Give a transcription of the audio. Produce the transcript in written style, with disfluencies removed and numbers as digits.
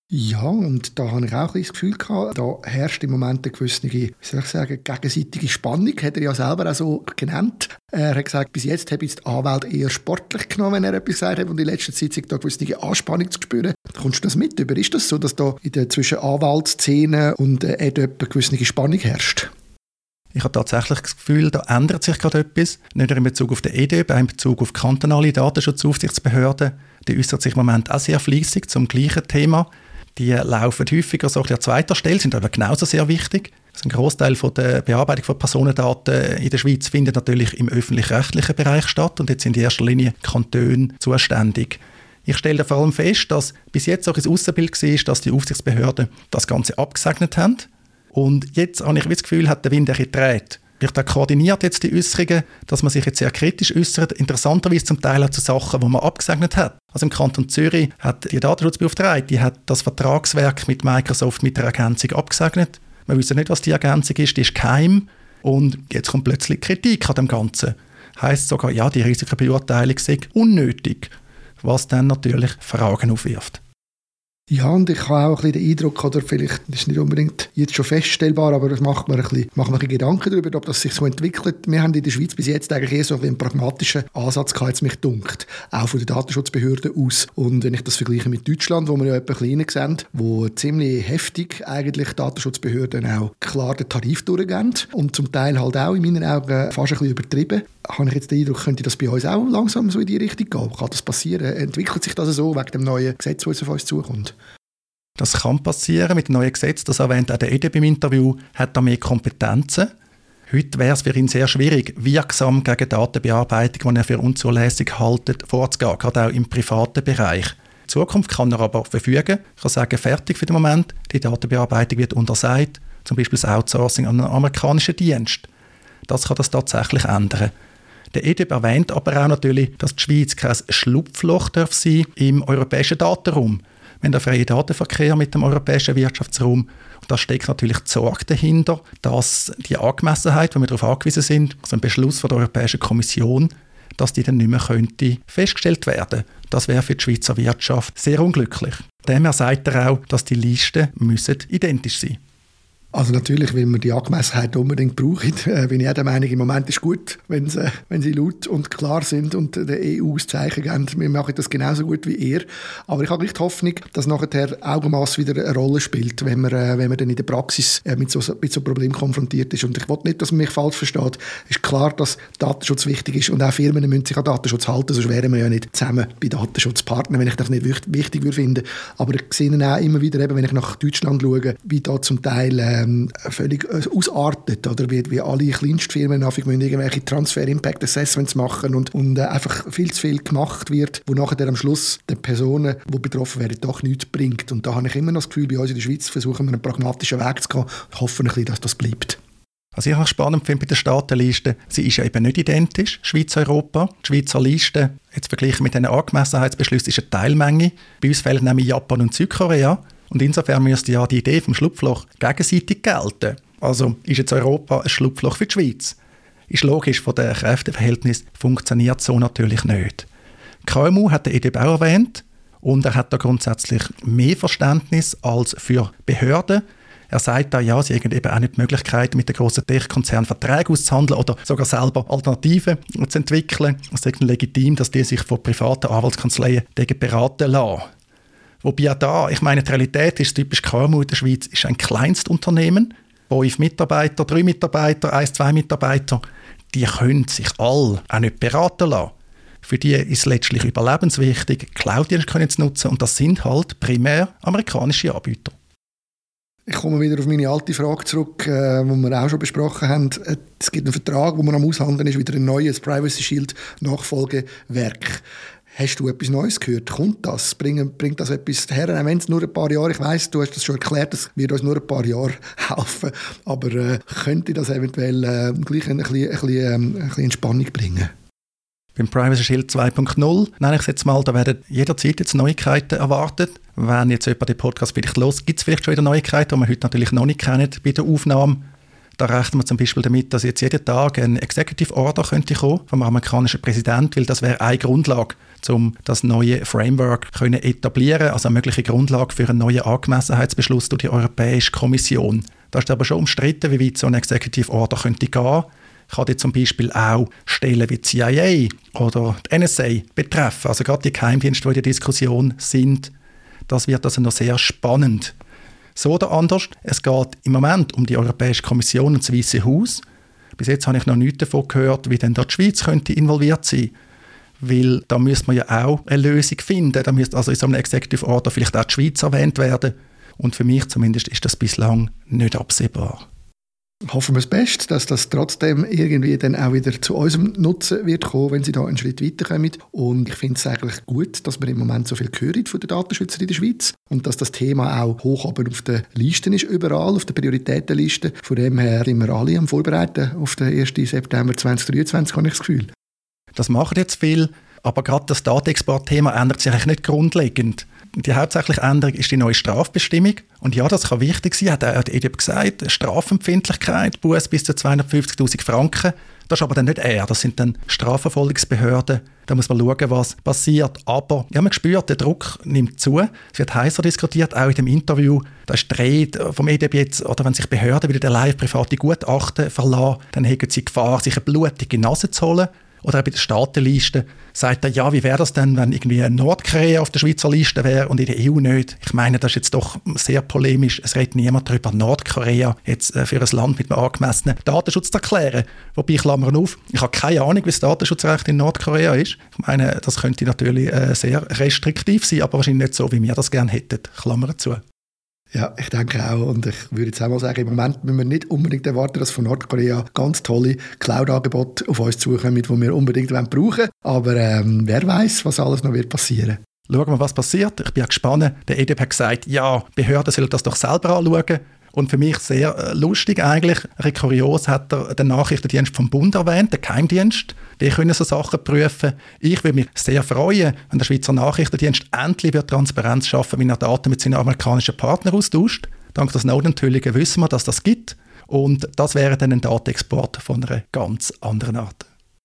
Ja, und da habe ich auch ein das Gefühl gehabt, da herrscht im Moment eine gewisse, wie soll ich sagen, gegenseitige Spannung, hat er ja selber auch so genannt. Er hat gesagt, bis jetzt habe ich die Anwälte eher sportlich genommen, wenn er etwas gesagt hat, und in letzter Zeit sei da eine gewisse Anspannung zu spüren. Kommst du das mit über? Ist das so, dass da zwischen Anwaltsszene und EDÖP eine gewisse Spannung herrscht? Ich habe tatsächlich das Gefühl, da ändert sich gerade etwas. Nicht nur in Bezug auf den EDÖP, auch in Bezug auf kantonale Datenschutzaufsichtsbehörden. Die äußert sich im Moment auch sehr fleissig zum gleichen Thema. Die laufen häufiger so an zweiter Stelle, sind aber genauso sehr wichtig. Also ein Großteil der Bearbeitung von Personendaten in der Schweiz findet natürlich im öffentlich-rechtlichen Bereich statt und jetzt sind in erster Linie Kantone zuständig. Ich stelle vor allem fest, dass bis jetzt auch ein Aussenbild war, dass die Aufsichtsbehörden das Ganze abgesegnet haben. Und jetzt habe ich das Gefühl, hat der Wind ein bisschen gedreht. Wird da koordiniert jetzt die Äußerungen, dass man sich jetzt sehr kritisch äußert, interessanterweise zum Teil auch zu Sachen, die man abgesegnet hat. Also im Kanton Zürich hat die Datenschutzbeauftragte, die hat das Vertragswerk mit Microsoft mit der Ergänzung abgesegnet. Wir wissen nicht, was die Ergänzung ist, die ist geheim. Und jetzt kommt plötzlich Kritik an dem Ganzen. Heisst sogar, ja, die Risikobeurteilung sei unnötig, was dann natürlich Fragen aufwirft. Ja, und ich habe auch ein bisschen den Eindruck, oder vielleicht ist es nicht unbedingt jetzt schon feststellbar, aber das macht man ein bisschen Gedanken darüber, ob das sich so entwickelt. Wir haben in der Schweiz bis jetzt eigentlich eher so einen pragmatischen Ansatz gehabt, jetzt mich dunkt, auch von den Datenschutzbehörden aus. Und wenn ich das vergleiche mit Deutschland, wo wir ja etwa kleiner sehen, wo ziemlich heftig eigentlich Datenschutzbehörden auch klar den Tarif durchgehen und zum Teil halt auch in meinen Augen fast ein bisschen übertrieben, habe ich jetzt den Eindruck, könnte das bei uns auch langsam so in die Richtung gehen? Kann das passieren? Entwickelt sich das so wegen dem neuen Gesetz, das auf uns zukommt? Das kann passieren mit dem neuen Gesetz. Das erwähnt auch der EDB im Interview, hat da mehr Kompetenzen. Heute wäre es für ihn sehr schwierig, wirksam gegen Datenbearbeitung, die er für unzulässig hält, vorzugehen, gerade auch im privaten Bereich. In Zukunft kann er aber verfügen, kann sagen, fertig für den Moment, die Datenbearbeitung wird untersagt, zum Beispiel das Outsourcing an einen amerikanischen Dienst. Das kann das tatsächlich ändern. Der EDB erwähnt aber auch natürlich, dass die Schweiz kein Schlupfloch darf sein im europäischen Datenraum. Wir haben einen freien Datenverkehr mit dem europäischen Wirtschaftsraum. Und da steckt natürlich die Sorge dahinter, dass die Angemessenheit, wo wir darauf angewiesen sind, also ein Beschluss von der Europäischen Kommission, dass die dann nicht mehr könnte festgestellt werden. Das wäre für die Schweizer Wirtschaft sehr unglücklich. Daher sagt er auch, dass die Listen identisch sein müssen. Also natürlich, wenn man die Angemessenheit unbedingt braucht, bin ich auch der Meinung, im Moment ist gut, wenn sie laut und klar sind und der EU das Zeichen geben, wir machen das genauso gut wie ihr. Aber ich habe nicht die Hoffnung, dass nachher Augenmaß wieder eine Rolle spielt, wenn man dann in der Praxis mit so Problemen konfrontiert ist. Und ich will nicht, dass man mich falsch versteht. Es ist klar, dass Datenschutz wichtig ist und auch Firmen müssen sich an Datenschutz halten, sonst wären wir ja nicht zusammen bei Datenschutzpartnern, wenn ich das nicht wichtig würde finden. Aber ich sehe auch immer wieder, eben, wenn ich nach Deutschland schaue, wie da zum Teil völlig ausartet, oder wie alle Kleinstfirmen irgendwelche Transfer-Impact-Assessments machen und einfach viel zu viel gemacht wird, wo nachher am Schluss den Personen, die betroffen werden, doch nichts bringt. Und da habe ich immer noch das Gefühl, bei uns in der Schweiz versuchen wir einen pragmatischen Weg zu gehen und hoffen ein bisschen, dass das bleibt. Was ich auch spannend finde bei der Staatenliste, sie ist ja eben nicht identisch, Schweiz-Europa. Die Schweizer Liste, jetzt verglichen mit den Angemessenheitsbeschlüssen, ist eine Teilmenge. Bei uns fehlen nämlich Japan und Südkorea. Und insofern müsste ja die Idee vom Schlupfloch gegenseitig gelten. Also ist jetzt Europa ein Schlupfloch für die Schweiz? Ist logisch, von den Kräfteverhältnissen funktioniert so natürlich nicht. KMU hat der EDB auch erwähnt und er hat da grundsätzlich mehr Verständnis als für Behörden. Er sagt da, ja, sie haben eben auch nicht die Möglichkeit, mit den grossen Tech-Konzernen Verträge auszuhandeln oder sogar selber Alternativen zu entwickeln. Es ist legitim, dass die sich von privaten Anwaltskanzleien beraten lassen. Wobei auch da, ich meine, die Realität ist, typisch KMU in der Schweiz ist ein Kleinstunternehmen, 5 Mitarbeiter, 3 Mitarbeiter, 1, 2 Mitarbeiter, die können sich alle auch nicht beraten lassen. Für die ist es letztlich überlebenswichtig, Cloud-Dienste zu nutzen und das sind halt primär amerikanische Anbieter. Ich komme wieder auf meine alte Frage zurück, die wir auch schon besprochen haben. Es gibt einen Vertrag, wo man am Aushandeln ist, wieder ein neues Privacy Shield Nachfolgewerk. Hast du etwas Neues gehört? Kommt das? Bringt das etwas her? Auch wenn es nur ein paar Jahre, ich weiss, du hast das schon erklärt, das wird uns nur ein paar Jahre helfen. Aber könnte das eventuell gleich ein bisschen Entspannung bringen? Beim Privacy Shield 2.0, nenne ich es jetzt mal, da werden jederzeit jetzt Neuigkeiten erwartet. Wenn jetzt jemand den Podcast vielleicht los, gibt es vielleicht schon wieder Neuigkeiten, die wir heute natürlich noch nicht kennen bei der Aufnahme. Da rechnen wir zum Beispiel damit, dass jetzt jeden Tag ein Executive Order könnte kommen vom amerikanischen Präsidenten, weil das wäre eine Grundlage, um das neue Framework zu etablieren, also eine mögliche Grundlage für einen neuen Angemessenheitsbeschluss durch die Europäische Kommission. Da ist aber schon umstritten, wie weit so ein Executive Order könnte gehen. Kann die zum Beispiel auch Stellen wie die CIA oder die NSA betreffen, also gerade die Geheimdienste, die in der Diskussion sind. Das wird also noch sehr spannend. So oder anders, es geht im Moment um die Europäische Kommission und das Weiße Haus. Bis jetzt habe ich noch nichts davon gehört, wie denn da die Schweiz könnte involviert sein. Weil da müsste man ja auch eine Lösung finden. Da müsste also in so einem Executive Order vielleicht auch die Schweiz erwähnt werden. Und für mich zumindest ist das bislang nicht absehbar. Hoffen wir das Beste, dass das trotzdem irgendwie dann auch wieder zu unserem Nutzen wird kommen, wenn sie da einen Schritt weiterkommen. Und ich finde es eigentlich gut, dass wir im Moment so viel hören von den Datenschützern in der Schweiz und dass das Thema auch hoch oben auf den Listen ist, überall, auf der Prioritätenliste. Von dem her sind wir alle am Vorbereiten auf den 1. September 2023, habe ich das Gefühl. Das macht jetzt viel, aber gerade das Datenexport-Thema ändert sich eigentlich nicht grundlegend. Die hauptsächliche Änderung ist die neue Strafbestimmung. Und ja, das kann wichtig sein, hat der EDIB gesagt. Strafempfindlichkeit, Buß bis zu 250'000 Franken. Das ist aber dann nicht er, das sind dann Strafverfolgungsbehörden. Da muss man schauen, was passiert. Aber ja, man spürt, der Druck nimmt zu. Es wird heißer diskutiert, auch in dem Interview. Da ist die Rede vom EDIB jetzt, oder wenn sich Behörden wieder live private Gutachten verlassen, dann haben sie Gefahr, sich eine blutige Nase zu holen. Oder auch bei der Staatenliste sagt er, ja, wie wäre das denn, wenn irgendwie Nordkorea auf der Schweizer Liste wäre und in der EU nicht? Ich meine, das ist jetzt doch sehr polemisch. Es redet niemand darüber, Nordkorea jetzt für ein Land mit einem angemessenen Datenschutz zu erklären. Wobei, Klammern auf, ich habe keine Ahnung, wie das Datenschutzrecht in Nordkorea ist. Ich meine, das könnte natürlich sehr restriktiv sein, aber wahrscheinlich nicht so, wie wir das gerne hätten. Klammern zu. Ja, ich denke auch. Und ich würde jetzt auch mal sagen, im Moment müssen wir nicht unbedingt erwarten, dass von Nordkorea ganz tolle Cloud-Angebote auf uns zukommen, die wir unbedingt brauchen wollen. Aber wer weiß, was alles noch wird passieren. Schauen wir, was passiert. Ich bin gespannt. Der EDIB hat gesagt, ja, Behörden sollen das doch selber anschauen. Und für mich sehr lustig eigentlich, kurios hat er den Nachrichtendienst vom Bund erwähnt, den Geheimdienst. Die können so Sachen prüfen. Ich würde mich sehr freuen, wenn der Schweizer Nachrichtendienst endlich Transparenz schaffen, wie er Daten mit seinen amerikanischen Partnern austauscht. Dank der Snowden-Enthüllungen wissen wir, dass das gibt. Und das wäre dann ein Datenexport von einer ganz anderen Art.